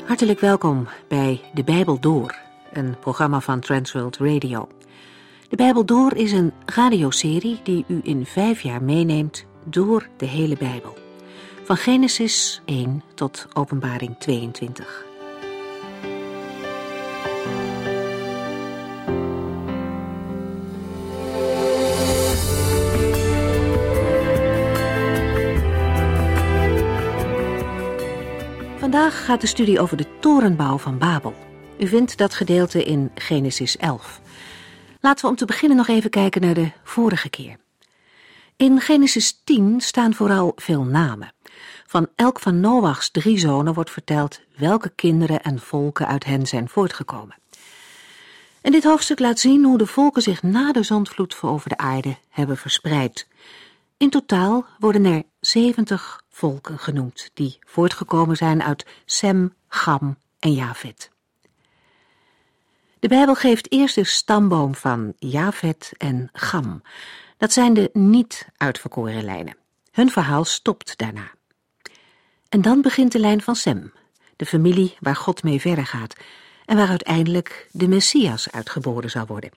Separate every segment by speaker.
Speaker 1: Hartelijk welkom bij De Bijbel Door, een programma van Transworld Radio. De Bijbel Door is een radioserie die u in 5 jaar meeneemt door de hele Bijbel. Van Genesis 1 tot Openbaring 22. Vandaag gaat de studie over de torenbouw van Babel. U vindt dat gedeelte in Genesis 11. Laten we om te beginnen nog even kijken naar de vorige keer. In Genesis 10 staan vooral veel namen. Van elk van Noachs 3 zonen wordt verteld welke kinderen en volken uit hen zijn voortgekomen. En dit hoofdstuk laat zien hoe de volken zich na de zondvloed over de aarde hebben verspreid. In totaal worden er 70 volken genoemd, die voortgekomen zijn uit Sem, Cham en Jafet. De Bijbel geeft eerst de stamboom van Jafet en Cham. Dat zijn de niet uitverkoren lijnen. Hun verhaal stopt daarna. En dan begint de lijn van Sem, de familie waar God mee verder gaat en waar uiteindelijk de Messias uitgeboren zal worden.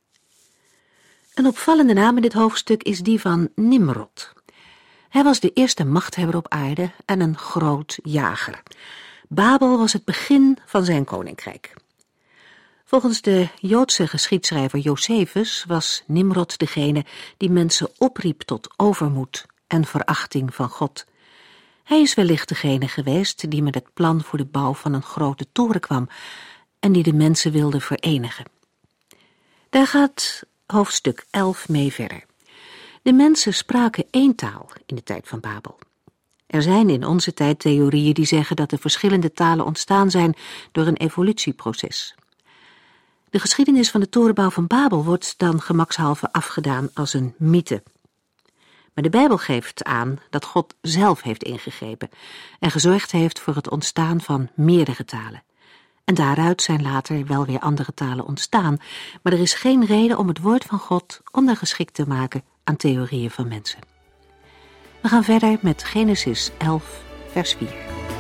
Speaker 1: Een opvallende naam in dit hoofdstuk is die van Nimrod. Hij was de eerste machthebber op aarde en een groot jager. Babel was het begin van zijn koninkrijk. Volgens de Joodse geschiedschrijver Josephus was Nimrod degene die mensen opriep tot overmoed en verachting van God. Hij is wellicht degene geweest die met het plan voor de bouw van een grote toren kwam en die de mensen wilde verenigen. Daar gaat hoofdstuk 11 mee verder. De mensen spraken één taal in de tijd van Babel. Er zijn in onze tijd theorieën die zeggen dat de verschillende talen ontstaan zijn door een evolutieproces. De geschiedenis van de torenbouw van Babel wordt dan gemakshalve afgedaan als een mythe. Maar de Bijbel geeft aan dat God zelf heeft ingegrepen en gezorgd heeft voor het ontstaan van meerdere talen. En daaruit zijn later wel weer andere talen ontstaan, maar er is geen reden om het woord van God ondergeschikt te maken aan theorieën van mensen. We gaan verder met Genesis 11, vers 4.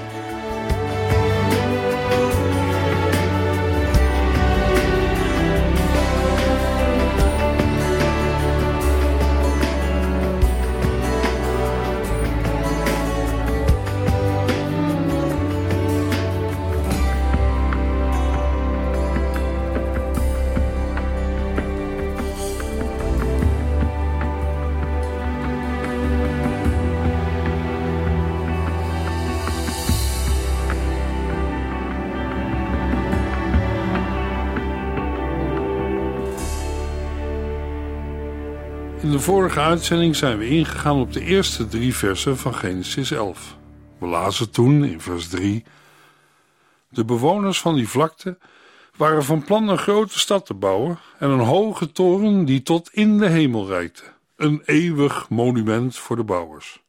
Speaker 2: In de vorige uitzending zijn we ingegaan op de eerste 3 versen van Genesis 11. We lazen toen in vers 3... De bewoners van die vlakte waren van plan een grote stad te bouwen en een hoge toren die tot in de hemel reikte. Een eeuwig monument voor de bouwers.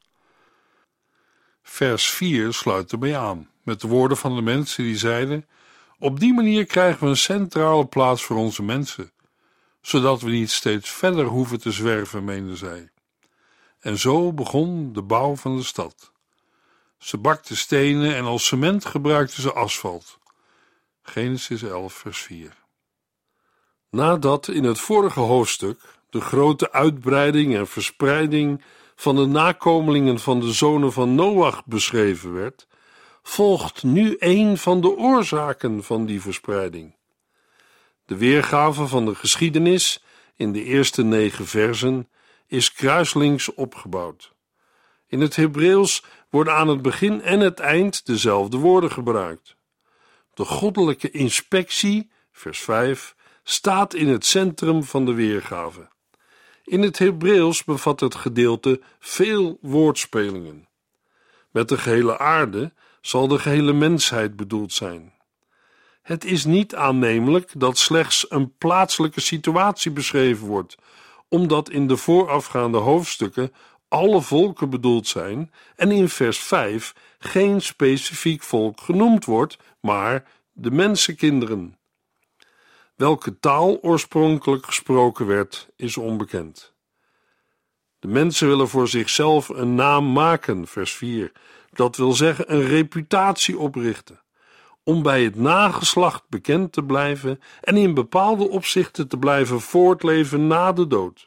Speaker 2: Vers 4 sluit erbij aan, met de woorden van de mensen die zeiden: op die manier krijgen we een centrale plaats voor onze mensen, zodat we niet steeds verder hoeven te zwerven, meenden zij. En zo begon de bouw van de stad. Ze bakten stenen en als cement gebruikten ze asfalt. Genesis 11, vers 4. Nadat in het vorige hoofdstuk de grote uitbreiding en verspreiding van de nakomelingen van de zonen van Noach beschreven werd, volgt nu een van de oorzaken van die verspreiding. De weergave van de geschiedenis in de eerste 9 versen is kruiselings opgebouwd. In het Hebreeuws worden aan het begin en het eind dezelfde woorden gebruikt. De goddelijke inspectie, vers 5, staat in het centrum van de weergave. In het Hebreeuws bevat het gedeelte veel woordspelingen. Met de gehele aarde zal de gehele mensheid bedoeld zijn. Het is niet aannemelijk dat slechts een plaatselijke situatie beschreven wordt, omdat in de voorafgaande hoofdstukken alle volken bedoeld zijn en in vers 5 geen specifiek volk genoemd wordt, maar de mensenkinderen. Welke taal oorspronkelijk gesproken werd, is onbekend. De mensen willen voor zichzelf een naam maken, vers 4. Dat wil zeggen een reputatie oprichten. om bij het nageslacht bekend te blijven en in bepaalde opzichten te blijven voortleven na de dood.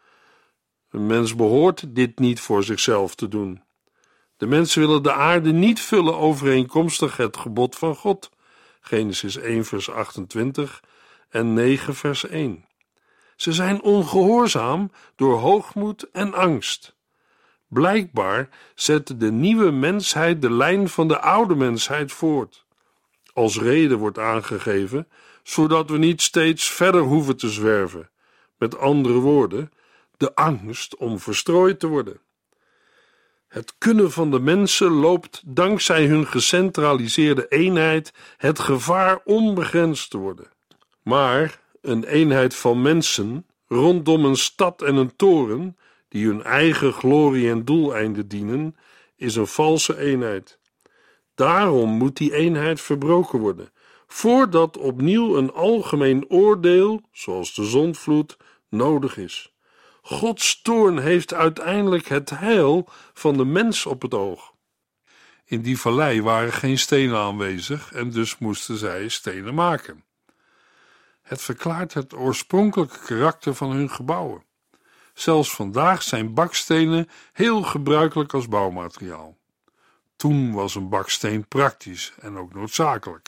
Speaker 2: Een mens behoort dit niet voor zichzelf te doen. De mensen willen de aarde niet vullen overeenkomstig het gebod van God. Genesis 1 vers 28 en 9 vers 1. Ze zijn ongehoorzaam door hoogmoed en angst. Blijkbaar zette de nieuwe mensheid de lijn van de oude mensheid voort. Als reden wordt aangegeven, zodat we niet steeds verder hoeven te zwerven. Met andere woorden, de angst om verstrooid te worden. Het kunnen van de mensen loopt dankzij hun gecentraliseerde eenheid het gevaar onbegrensd te worden. Maar een eenheid van mensen rondom een stad en een toren, die hun eigen glorie en doeleinden dienen, is een valse eenheid. Daarom moet die eenheid verbroken worden, voordat opnieuw een algemeen oordeel, zoals de zondvloed, nodig is. Gods toorn heeft uiteindelijk het heil van de mens op het oog. In die vallei waren geen stenen aanwezig en dus moesten zij stenen maken. Het verklaart het oorspronkelijke karakter van hun gebouwen. Zelfs vandaag zijn bakstenen heel gebruikelijk als bouwmateriaal. Toen was een baksteen praktisch en ook noodzakelijk.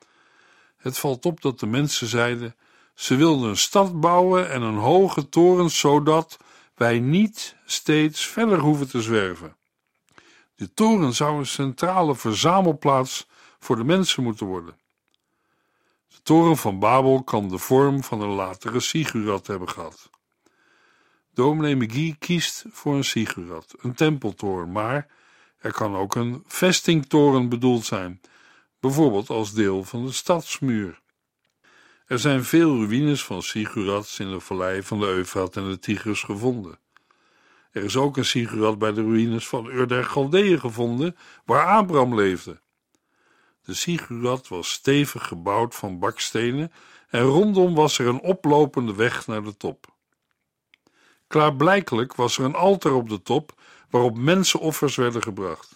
Speaker 2: Het valt op dat de mensen zeiden: ze wilden een stad bouwen en een hoge toren, zodat wij niet steeds verder hoeven te zwerven. De toren zou een centrale verzamelplaats voor de mensen moeten worden. De toren van Babel kan de vorm van een latere ziggurat hebben gehad. Dominee McGee kiest voor een ziggurat, een tempeltoren, maar er kan ook een vestingtoren bedoeld zijn, bijvoorbeeld als deel van de stadsmuur. Er zijn veel ruïnes van ziggurats in de vallei van de Eufraat en de Tigris gevonden. Er is ook een ziggurat bij de ruïnes van Ur der Galdeeën gevonden, waar Abraham leefde. De ziggurat was stevig gebouwd van bakstenen en rondom was er een oplopende weg naar de top. Klaarblijkelijk was er een altaar op de top waarop mensenoffers werden gebracht.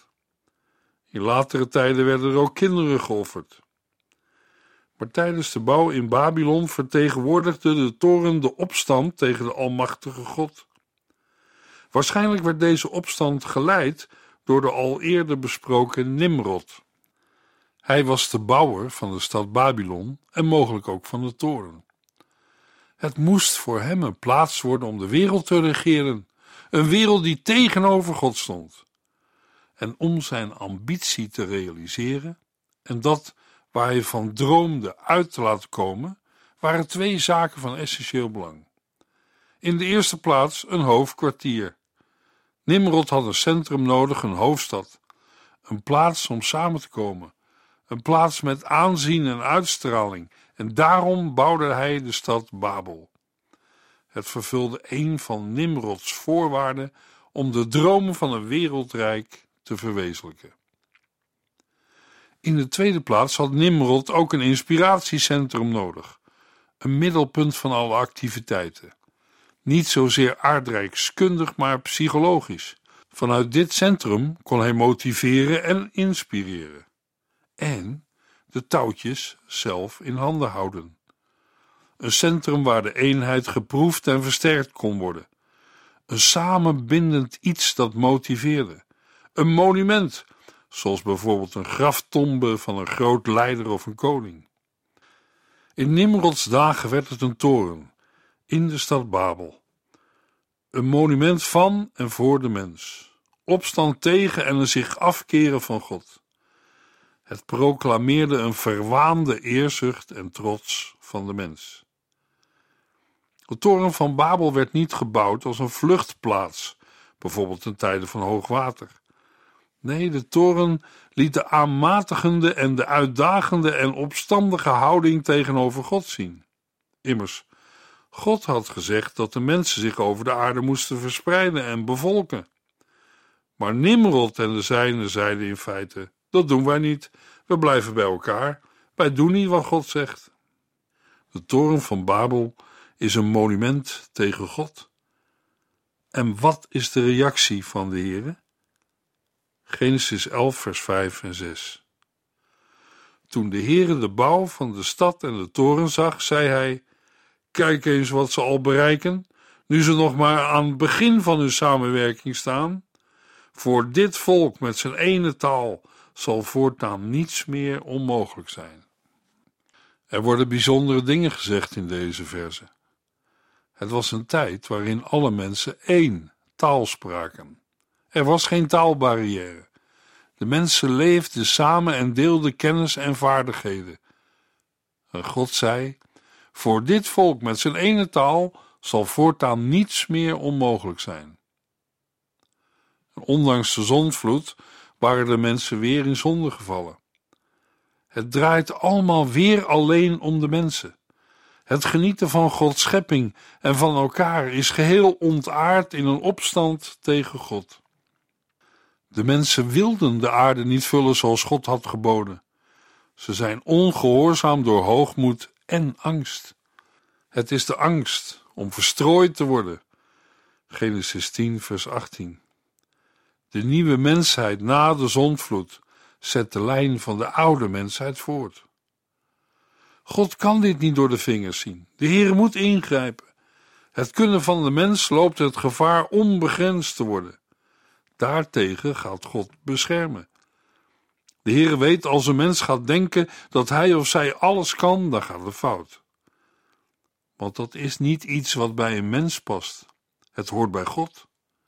Speaker 2: In latere tijden werden er ook kinderen geofferd. Maar tijdens de bouw in Babylon vertegenwoordigde de toren de opstand tegen de Almachtige God. Waarschijnlijk werd deze opstand geleid door de al eerder besproken Nimrod. Hij was de bouwer van de stad Babylon en mogelijk ook van de toren. Het moest voor hem een plaats worden om de wereld te regeren, een wereld die tegenover God stond. En om zijn ambitie te realiseren en dat waar hij van droomde uit te laten komen, waren twee zaken van essentieel belang. In de eerste plaats een hoofdkwartier. Nimrod had een centrum nodig, een hoofdstad, een plaats om samen te komen, een plaats met aanzien en uitstraling, en daarom bouwde hij de stad Babel. Het vervulde een van Nimrods voorwaarden om de droom van een wereldrijk te verwezenlijken. In de tweede plaats had Nimrod ook een inspiratiecentrum nodig, een middelpunt van alle activiteiten. Niet zozeer aardrijkskundig, maar psychologisch. Vanuit dit centrum kon hij motiveren en inspireren. En de touwtjes zelf in handen houden. Een centrum waar de eenheid geproefd en versterkt kon worden. Een samenbindend iets dat motiveerde. Een monument, zoals bijvoorbeeld een graftombe van een groot leider of een koning. In Nimrods dagen werd het een toren, in de stad Babel. Een monument van en voor de mens. Opstand tegen en een zich afkeren van God. Het proclameerde een verwaande eerzucht en trots van de mens. De toren van Babel werd niet gebouwd als een vluchtplaats, bijvoorbeeld in tijden van hoog water. Nee, de toren liet de aanmatigende en de uitdagende en opstandige houding tegenover God zien. Immers, God had gezegd dat de mensen zich over de aarde moesten verspreiden en bevolken. Maar Nimrod en de zijnen zeiden in feite: dat doen wij niet, we blijven bij elkaar, wij doen niet wat God zegt. De toren van Babel is een monument tegen God. En wat is de reactie van de Heere? Genesis 11 vers 5 en 6. Toen de Heere de bouw van de stad en de toren zag, zei hij: kijk eens wat ze al bereiken, nu ze nog maar aan het begin van hun samenwerking staan. Voor dit volk met zijn ene taal zal voortaan niets meer onmogelijk zijn. Er worden bijzondere dingen gezegd in deze verse. Het was een tijd waarin alle mensen één taal spraken. Er was geen taalbarrière. De mensen leefden samen en deelden kennis en vaardigheden. En God zei: voor dit volk met zijn ene taal zal voortaan niets meer onmogelijk zijn. En ondanks de zondvloed waren de mensen weer in zonde gevallen. Het draait allemaal weer alleen om de mensen. Het genieten van Gods schepping en van elkaar is geheel ontaard in een opstand tegen God. De mensen wilden de aarde niet vullen zoals God had geboden. Ze zijn ongehoorzaam door hoogmoed en angst. Het is de angst om verstrooid te worden. Genesis 10, vers 18. De nieuwe mensheid na de zondvloed zet de lijn van de oude mensheid voort. God kan dit niet door de vingers zien. De Heer moet ingrijpen. Het kunnen van de mens loopt het gevaar onbegrensd te worden. Daartegen gaat God beschermen. De Heer weet, als een mens gaat denken dat hij of zij alles kan, dan gaat het fout. Want dat is niet iets wat bij een mens past. Het hoort bij God.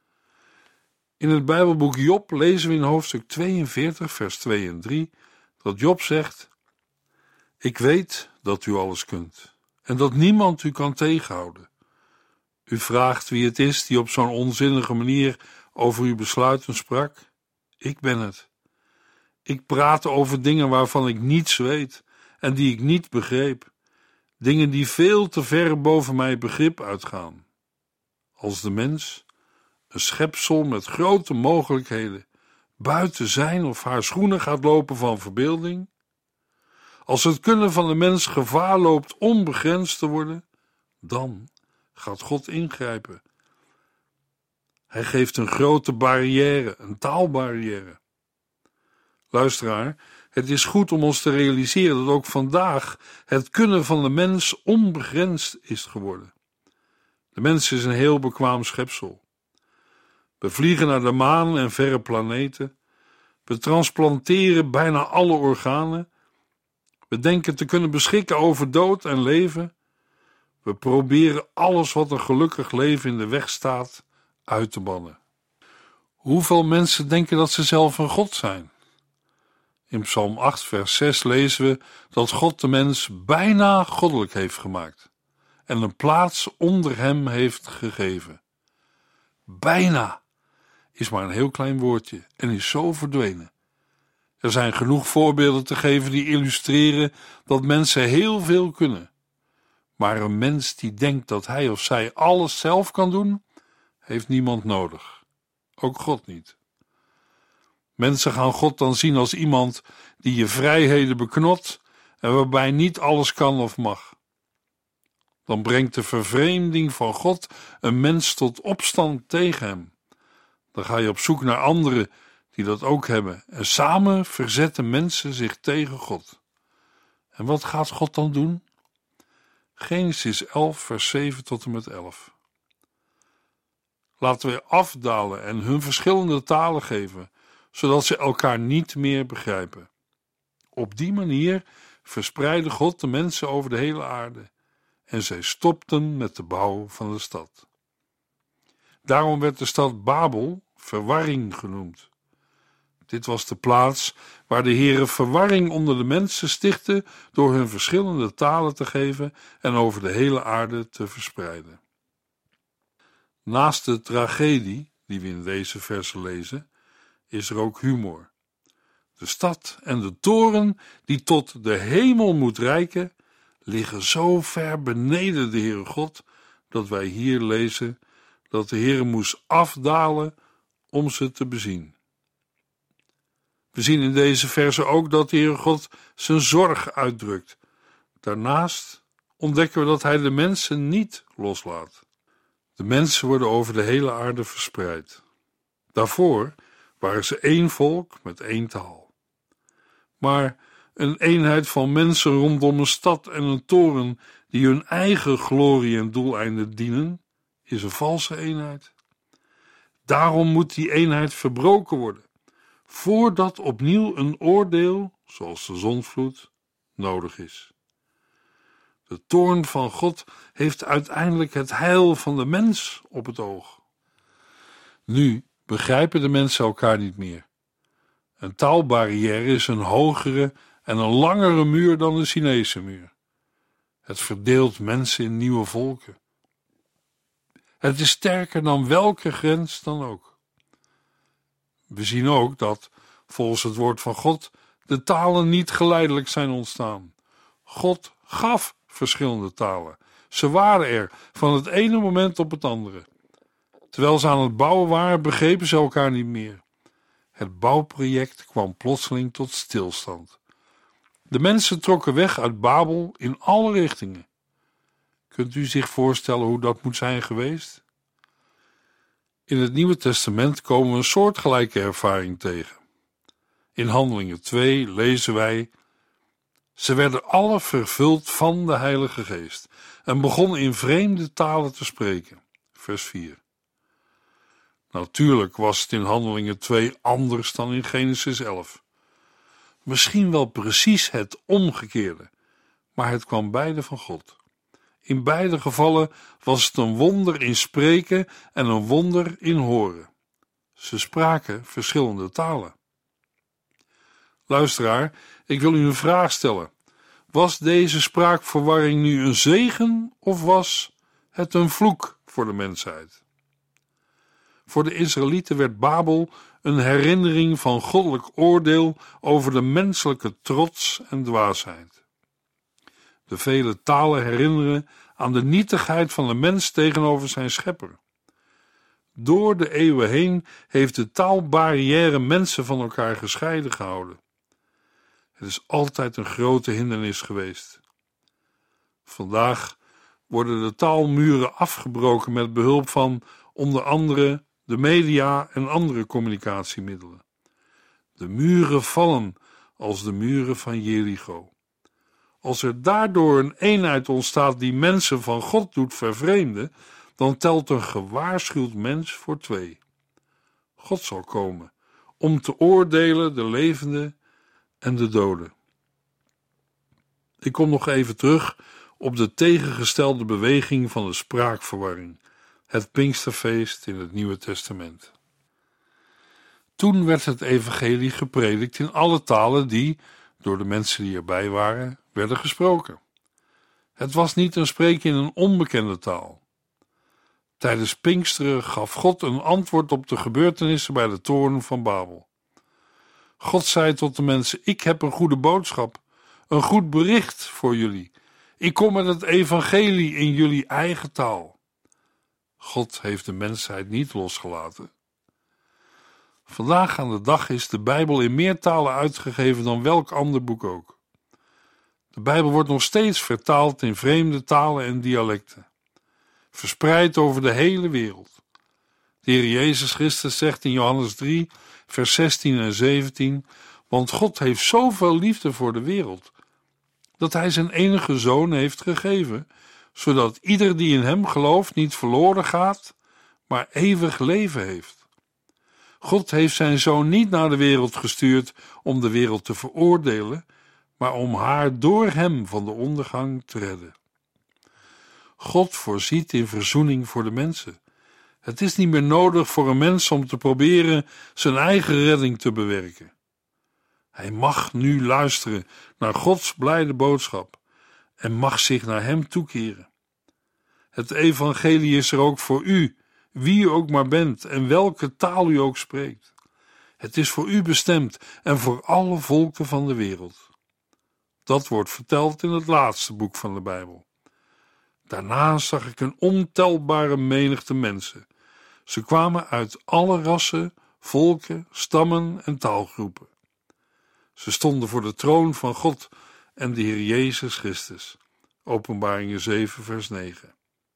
Speaker 2: In het Bijbelboek Job lezen we in hoofdstuk 42, vers 2 en 3, dat Job zegt: ik weet dat u alles kunt en dat niemand u kan tegenhouden. U vraagt wie het is die op zo'n onzinnige manier over uw besluiten sprak. Ik ben het. Ik praat over dingen waarvan ik niets weet en die ik niet begreep. Dingen die veel te ver boven mijn begrip uitgaan. Als de mens, een schepsel met grote mogelijkheden, buiten zijn of haar schoenen gaat lopen van verbeelding, als het kunnen van de mens gevaar loopt onbegrensd te worden, dan gaat God ingrijpen. Hij geeft een grote barrière, een taalbarrière. Luisteraar, het is goed om ons te realiseren dat ook vandaag het kunnen van de mens onbegrensd is geworden. De mens is een heel bekwaam schepsel. We vliegen naar de maan en verre planeten. We transplanteren bijna alle organen. We denken te kunnen beschikken over dood en leven. We proberen alles wat een gelukkig leven in de weg staat uit te bannen. Hoeveel mensen denken dat ze zelf een God zijn? In Psalm 8, vers 6 lezen we dat God de mens bijna goddelijk heeft gemaakt en een plaats onder hem heeft gegeven. Bijna is maar een heel klein woordje en is zo verdwenen. Er zijn genoeg voorbeelden te geven die illustreren dat mensen heel veel kunnen. Maar een mens die denkt dat hij of zij alles zelf kan doen, heeft niemand nodig. Ook God niet. Mensen gaan God dan zien als iemand die je vrijheden beknot en waarbij niet alles kan of mag. Dan brengt de vervreemding van God een mens tot opstand tegen hem. Dan ga je op zoek naar anderen die dat ook hebben en samen verzetten mensen zich tegen God. En wat gaat God dan doen? Genesis 11, vers 7 tot en met 11. Laten we afdalen en hun verschillende talen geven, zodat ze elkaar niet meer begrijpen. Op die manier verspreidde God de mensen over de hele aarde en zij stopten met de bouw van de stad. Daarom werd de stad Babel verwarring genoemd. Dit was de plaats waar de Heere verwarring onder de mensen stichtte door hun verschillende talen te geven en over de hele aarde te verspreiden. Naast de tragedie, die we in deze versen lezen, is er ook humor. De stad en de toren, die tot de hemel moet reiken, liggen zo ver beneden de Heere God, dat wij hier lezen dat de Heere moest afdalen om ze te bezien. We zien in deze verse ook dat de Heere God zijn zorg uitdrukt. Daarnaast ontdekken we dat hij de mensen niet loslaat. De mensen worden over de hele aarde verspreid. Daarvoor waren ze één volk met één taal. Maar Een eenheid van mensen rondom een stad en een toren die hun eigen glorie en doeleinden dienen, is een valse eenheid. Daarom moet die eenheid verbroken worden, voordat opnieuw een oordeel, zoals de zondvloed, nodig is. De toorn van God heeft uiteindelijk het heil van de mens op het oog. Nu begrijpen de mensen elkaar niet meer. Een taalbarrière is een hogere en een langere muur dan de Chinese muur. Het verdeelt mensen in nieuwe volken. Het is sterker dan welke grens dan ook. We zien ook dat, volgens het woord van God, de talen niet geleidelijk zijn ontstaan. God gaf verschillende talen. Ze waren er van het ene moment op het andere. Terwijl ze aan het bouwen waren, begrepen ze elkaar niet meer. Het bouwproject kwam plotseling tot stilstand. De mensen trokken weg uit Babel in alle richtingen. Kunt u zich voorstellen hoe dat moet zijn geweest? In het Nieuwe Testament komen we een soortgelijke ervaring tegen. In Handelingen 2 lezen wij: ze werden alle vervuld van de Heilige Geest en begonnen in vreemde talen te spreken. Vers 4. Natuurlijk was het in Handelingen 2 anders dan in Genesis 11. Misschien wel precies het omgekeerde, maar het kwam beide van God. In beide gevallen was het een wonder in spreken en een wonder in horen. Ze spraken verschillende talen. Luisteraar, ik wil u een vraag stellen. Was deze spraakverwarring nu een zegen of was het een vloek voor de mensheid? Voor de Israëlieten werd Babel een herinnering van goddelijk oordeel over de menselijke trots en dwaasheid. De vele talen herinneren aan de nietigheid van de mens tegenover zijn schepper. Door de eeuwen heen heeft de taalbarrière mensen van elkaar gescheiden gehouden. Het is altijd een grote hindernis geweest. Vandaag worden de taalmuren afgebroken met behulp van onder andere de media en andere communicatiemiddelen. De muren vallen als de muren van Jericho. Als er daardoor een eenheid ontstaat die mensen van God doet vervreemden, dan telt een gewaarschuwd mens voor twee. God zal komen om te oordelen de levenden en de doden. Ik kom nog even terug op de tegengestelde beweging van de spraakverwarring, het Pinksterfeest in het Nieuwe Testament. Toen werd het evangelie gepredikt in alle talen die, door de mensen die erbij waren, werden gesproken. Het was niet een spreken in een onbekende taal. Tijdens Pinksteren gaf God een antwoord op de gebeurtenissen bij de toren van Babel. God zei tot de mensen: ik heb een goede boodschap, een goed bericht voor jullie. Ik kom met het evangelie in jullie eigen taal. God heeft de mensheid niet losgelaten. Vandaag aan de dag is de Bijbel in meer talen uitgegeven dan welk ander boek ook. De Bijbel wordt nog steeds vertaald in vreemde talen en dialecten, verspreid over de hele wereld. De Heer Jezus Christus zegt in Johannes 3, vers 16 en 17, want God heeft zoveel liefde voor de wereld, dat Hij zijn enige Zoon heeft gegeven, zodat ieder die in Hem gelooft niet verloren gaat, maar eeuwig leven heeft. God heeft zijn Zoon niet naar de wereld gestuurd om de wereld te veroordelen, maar om haar door Hem van de ondergang te redden. God voorziet in verzoening voor de mensen. Het is niet meer nodig voor een mens om te proberen zijn eigen redding te bewerken. Hij mag nu luisteren naar Gods blijde boodschap en mag zich naar Hem toekeren. Het evangelie is er ook voor u, wie u ook maar bent en welke taal u ook spreekt. Het is voor u bestemd en voor alle volken van de wereld. Dat wordt verteld in het laatste boek van de Bijbel. Daarna zag ik een ontelbare menigte mensen. Ze kwamen uit alle rassen, volken, stammen en taalgroepen. Ze stonden voor de troon van God en de Heer Jezus Christus. Openbaringen 7 vers 9.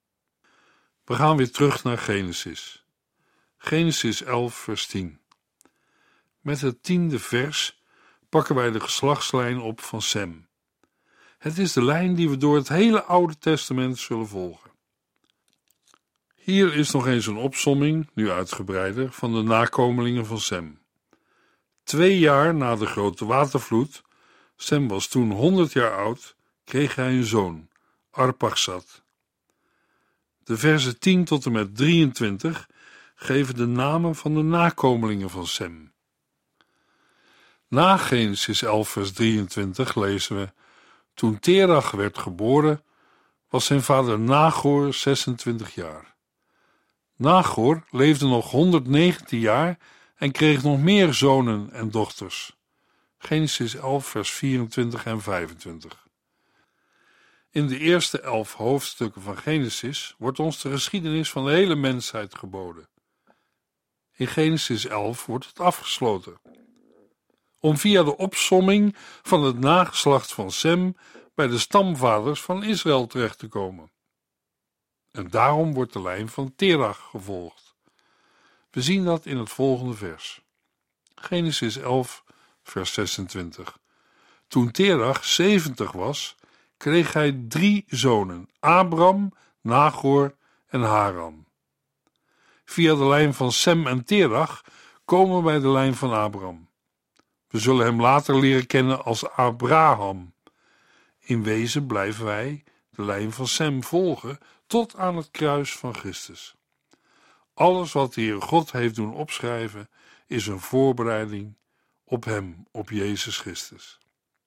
Speaker 2: We gaan weer terug naar Genesis. Genesis 11 vers 10. Met het 10e vers pakken wij de geslachtslijn op van Sem. Het is de lijn die we door het hele Oude Testament zullen volgen. Hier is nog eens een opsomming, nu uitgebreider, van de nakomelingen van Sem. 2 jaar na de grote watervloed, Sem was toen 100 jaar oud, kreeg hij een zoon, Arpachsad. De versen 10 tot en met 23 geven de namen van de nakomelingen van Sem. Na Genesis 11 vers 23 lezen we: Toen Terach werd geboren, was zijn vader Nagor 26 jaar. Nagor leefde nog 119 jaar en kreeg nog meer zonen en dochters. Genesis 11 vers 24 en 25. In de eerste 11 hoofdstukken van Genesis wordt ons de geschiedenis van de hele mensheid geboden. In Genesis 11 wordt het afgesloten, om via de opsomming van het nageslacht van Sem bij de stamvaders van Israël terecht te komen. En daarom wordt de lijn van Terach gevolgd. We zien dat in het volgende vers. Genesis 11, vers 26. Toen Terach 70 was, kreeg hij 3 zonen, Abram, Nagor en Haran. Via de lijn van Sem en Terach komen we bij de lijn van Abram. We zullen hem later leren kennen als Abraham. In wezen blijven wij de lijn van Sem volgen tot aan het kruis van Christus. Alles wat de Heer God heeft doen opschrijven is een voorbereiding op hem, op Jezus Christus.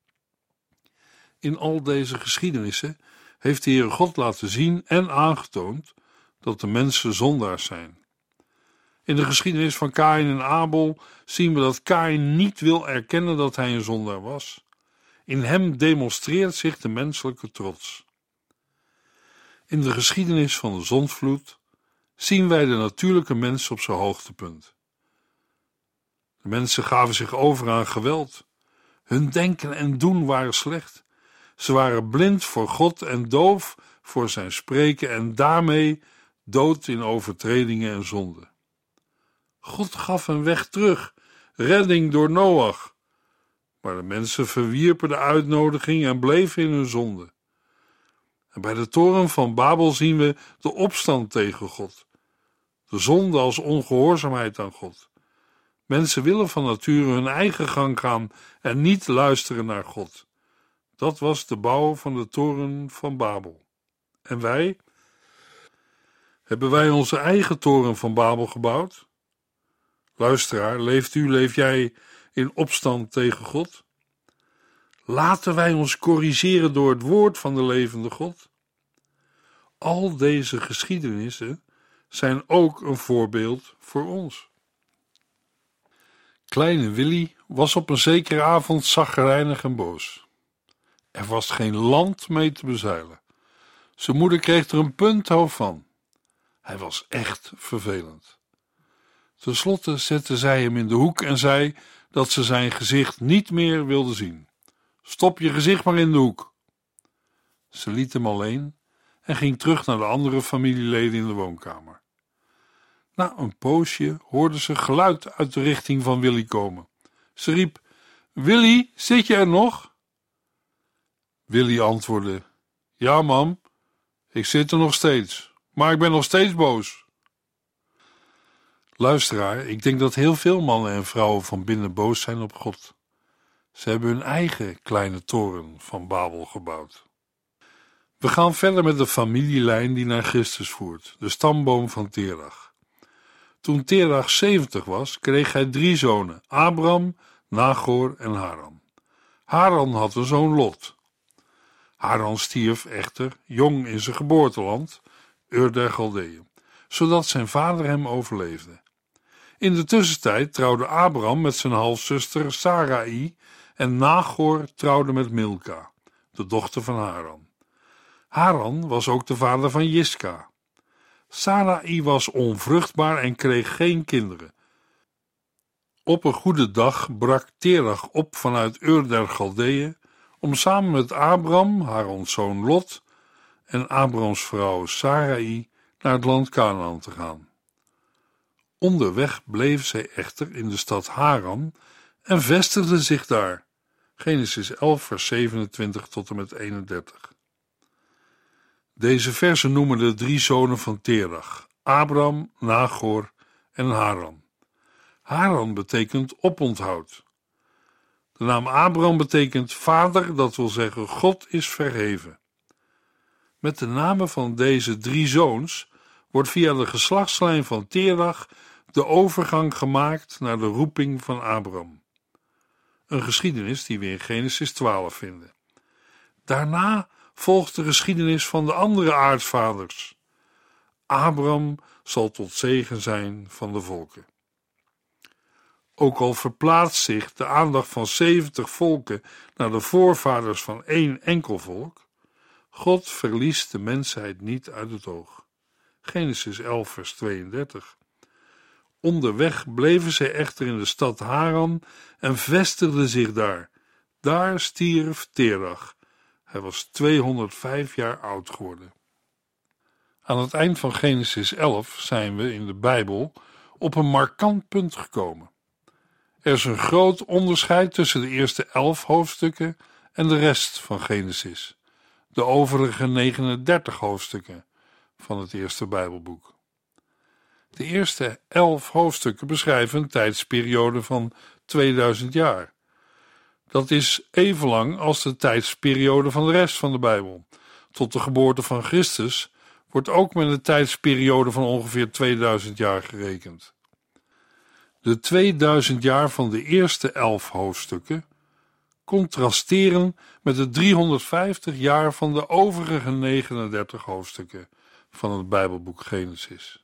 Speaker 2: In al deze geschiedenissen heeft de Heer God laten zien en aangetoond dat de mensen zondaars zijn. In de geschiedenis van Kaïn en Abel zien we dat Kaïn niet wil erkennen dat hij een zondaar was. In hem demonstreert zich de menselijke trots. In de geschiedenis van de zondvloed zien wij de natuurlijke mens op zijn hoogtepunt. De mensen gaven zich over aan geweld. Hun denken en doen waren slecht. Ze waren blind voor God en doof voor zijn spreken en daarmee dood in overtredingen en zonden. God gaf een weg terug, redding door Noach. Maar de mensen verwierpen de uitnodiging en bleven in hun zonde. En bij de toren van Babel zien we de opstand tegen God. De zonde als ongehoorzaamheid aan God. Mensen willen van nature hun eigen gang gaan en niet luisteren naar God. Dat was de bouw van de toren van Babel. En wij? Hebben wij onze eigen toren van Babel gebouwd? Luisteraar, leef jij in opstand tegen God? Laten wij ons corrigeren door het woord van de levende God. Al deze geschiedenissen zijn ook een voorbeeld voor ons. Kleine Willy was op een zekere avond chagrijnig en boos. Er was geen land mee te bezeilen. Zijn moeder kreeg er een punthoofd van. Hij was echt vervelend. Ten slotte zette zij hem in de hoek en zei dat ze zijn gezicht niet meer wilde zien. Stop je gezicht maar in de hoek. Ze liet hem alleen en ging terug naar de andere familieleden in de woonkamer. Na een poosje hoorde ze geluid uit de richting van Willy komen. Ze riep: Willy, zit je er nog? Willy antwoordde: Ja, mam, ik zit er nog steeds, maar ik ben nog steeds boos. Luisteraar, ik denk dat heel veel mannen en vrouwen van binnen boos zijn op God. Ze hebben hun eigen kleine toren van Babel gebouwd. We gaan verder met de familielijn die naar Christus voert, de stamboom van Terach. Toen Terach 70 was, kreeg hij 3 zonen, Abram, Nagor en Haran. Haran had een zoon Lot. Haran stierf echter jong in zijn geboorteland, Ur der Galdeeën, zodat zijn vader hem overleefde. In de tussentijd trouwde Abram met zijn halfzuster Sarai en Nagor trouwde met Milka, de dochter van Haran. Haran was ook de vader van Jiska. Sarai was onvruchtbaar en kreeg geen kinderen. Op een goede dag brak Terach op vanuit Ur der Galdeeën om samen met Abram, Harans zoon Lot, en Abrams vrouw Sarai naar het land Kanaan te gaan. Onderweg bleef zij echter in de stad Haran en vestigde zich daar. Genesis 11 vers 27 tot en met 31. Deze versen noemen de 3 zonen van Terach: Abram, Nagor en Haran. Haran betekent oponthoud. De naam Abram betekent vader, dat wil zeggen God is verheven. Met de namen van deze 3 zoons wordt via de geslachtslijn van Terach de overgang gemaakt naar de roeping van Abram. Een geschiedenis die we in Genesis 12 vinden. Daarna volgt de geschiedenis van de andere aartsvaders. Abram zal tot zegen zijn van de volken. Ook al verplaatst zich de aandacht van 70 volken naar de voorvaders van 1 enkel volk, God verliest de mensheid niet uit het oog. Genesis 11 vers 32. Onderweg bleven zij echter in de stad Haran en vestigden zich daar. Daar stierf Terach. Hij was 205 jaar oud geworden. Aan het eind van Genesis 11 zijn we in de Bijbel op een markant punt gekomen. Er is een groot onderscheid tussen de eerste 11 hoofdstukken en de rest van Genesis, de overige 39 hoofdstukken van het eerste Bijbelboek. De eerste 11 hoofdstukken beschrijven een tijdsperiode van 2000 jaar. Dat is even lang als de tijdsperiode van de rest van de Bijbel. Tot de geboorte van Christus wordt ook met een tijdsperiode van ongeveer 2000 jaar gerekend. De 2000 jaar van de eerste 11 hoofdstukken contrasteren met de 350 jaar van de overige 39 hoofdstukken van het Bijbelboek Genesis.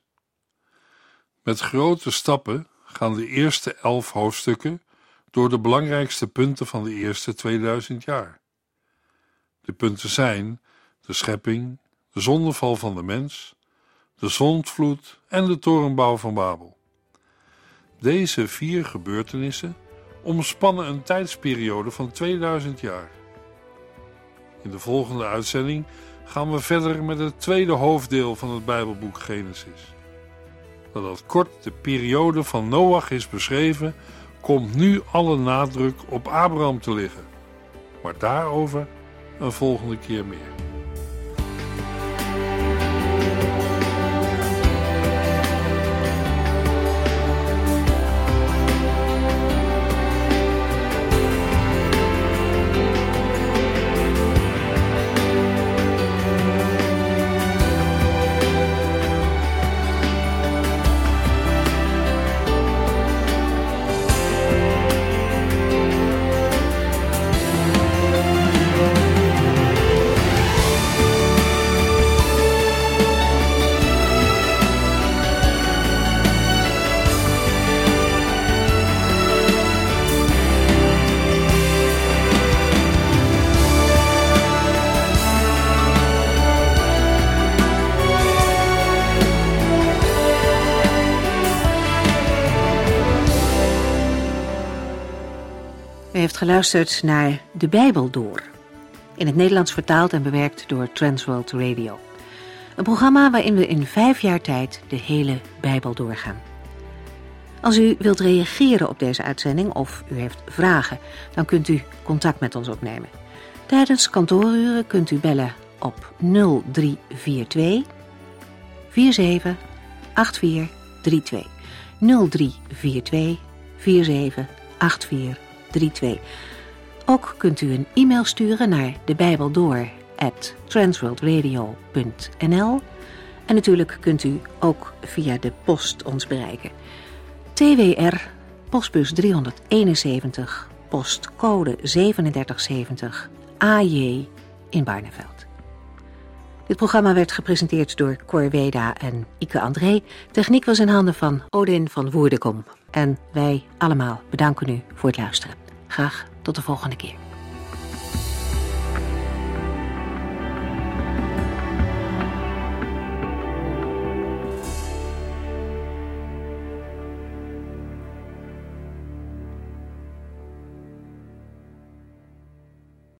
Speaker 2: Met grote stappen gaan de eerste 11 hoofdstukken door de belangrijkste punten van de eerste 2000 jaar. De punten zijn de schepping, de zondeval van de mens, de zondvloed en de torenbouw van Babel. Deze 4 gebeurtenissen omspannen een tijdsperiode van 2000 jaar. In de volgende uitzending gaan we verder met het tweede hoofddeel van het Bijbelboek Genesis. Nadat kort de periode van Noach is beschreven, komt nu alle nadruk op Abraham te liggen. Maar daarover een volgende keer meer.
Speaker 1: U heeft geluisterd naar De Bijbel Door, in het Nederlands vertaald en bewerkt door Transworld Radio. Een programma waarin we in 5 jaar tijd de hele Bijbel doorgaan. Als u wilt reageren op deze uitzending of u heeft vragen, dan kunt u contact met ons opnemen. Tijdens kantooruren kunt u bellen op 0342 47 8432. 0342 47 8432. Ook kunt u een e-mail sturen naar debijbeldoor@transworldradio.nl en natuurlijk kunt u ook via de post ons bereiken. TWR, postbus 371, postcode 3770, AJ in Barneveld. Dit programma werd gepresenteerd door Cor Weda en Ike André. Techniek was in handen van Odin van Woerdekom. En wij allemaal bedanken u voor het luisteren. Graag tot de volgende keer.